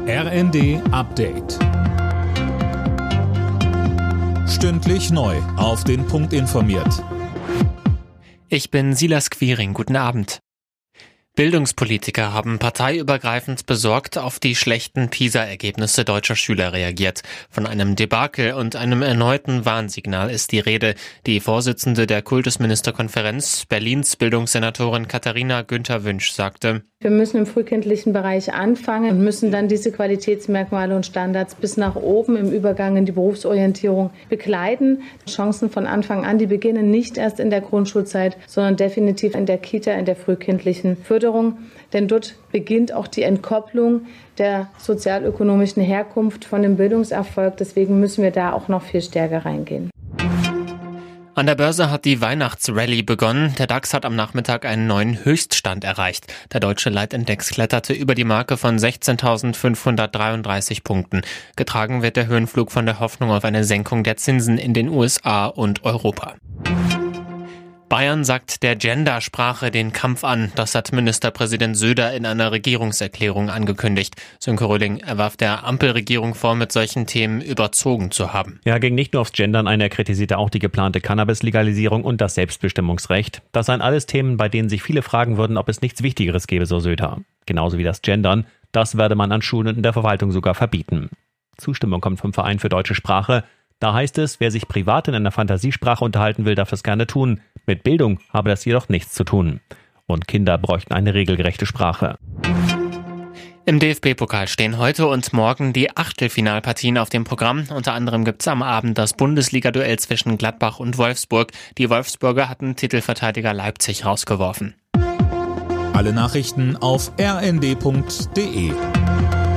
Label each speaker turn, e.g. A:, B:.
A: RND Update. Stündlich neu auf den Punkt informiert.
B: Ich bin Silas Quiring, guten Abend. Bildungspolitiker haben parteiübergreifend besorgt auf die schlechten PISA-Ergebnisse deutscher Schüler reagiert. Von einem Debakel und einem erneuten Warnsignal ist die Rede. Die Vorsitzende der Kultusministerkonferenz, Berlins Bildungssenatorin Katharina Günther-Wünsch, sagte:
C: Wir müssen im frühkindlichen Bereich anfangen und müssen dann diese Qualitätsmerkmale und Standards bis nach oben im Übergang in die Berufsorientierung begleiten. Chancen von Anfang an, die beginnen nicht erst in der Grundschulzeit, sondern definitiv in der Kita, in der frühkindlichen Förderung. Denn dort beginnt auch die Entkopplung der sozialökonomischen Herkunft von dem Bildungserfolg. Deswegen müssen wir da auch noch viel stärker reingehen.
B: An der Börse hat die Weihnachtsrallye begonnen. Der DAX hat am Nachmittag einen neuen Höchststand erreicht. Der deutsche Leitindex kletterte über die Marke von 16.533 Punkten. Getragen wird der Höhenflug von der Hoffnung auf eine Senkung der Zinsen in den USA und Europa. Bayern sagt der Gendersprache den Kampf an. Das hat Ministerpräsident Söder in einer Regierungserklärung angekündigt. Sönke Röhling warf der Ampelregierung vor, mit solchen Themen überzogen zu haben.
D: Ja, ging nicht nur aufs Gendern ein, er kritisierte auch die geplante Cannabis-Legalisierung und das Selbstbestimmungsrecht. Das seien alles Themen, bei denen sich viele fragen würden, ob es nichts Wichtigeres gäbe, so Söder. Genauso wie das Gendern. Das werde man an Schulen und in der Verwaltung sogar verbieten. Zustimmung kommt vom Verein für deutsche Sprache. Da heißt es, wer sich privat in einer Fantasiesprache unterhalten will, darf das gerne tun. Mit Bildung habe das jedoch nichts zu tun. Und Kinder bräuchten eine regelgerechte Sprache.
B: Im DFB-Pokal stehen heute und morgen die Achtelfinalpartien auf dem Programm. Unter anderem gibt es am Abend das Bundesliga-Duell zwischen Gladbach und Wolfsburg. Die Wolfsburger hatten Titelverteidiger Leipzig rausgeworfen.
A: Alle Nachrichten auf rnd.de.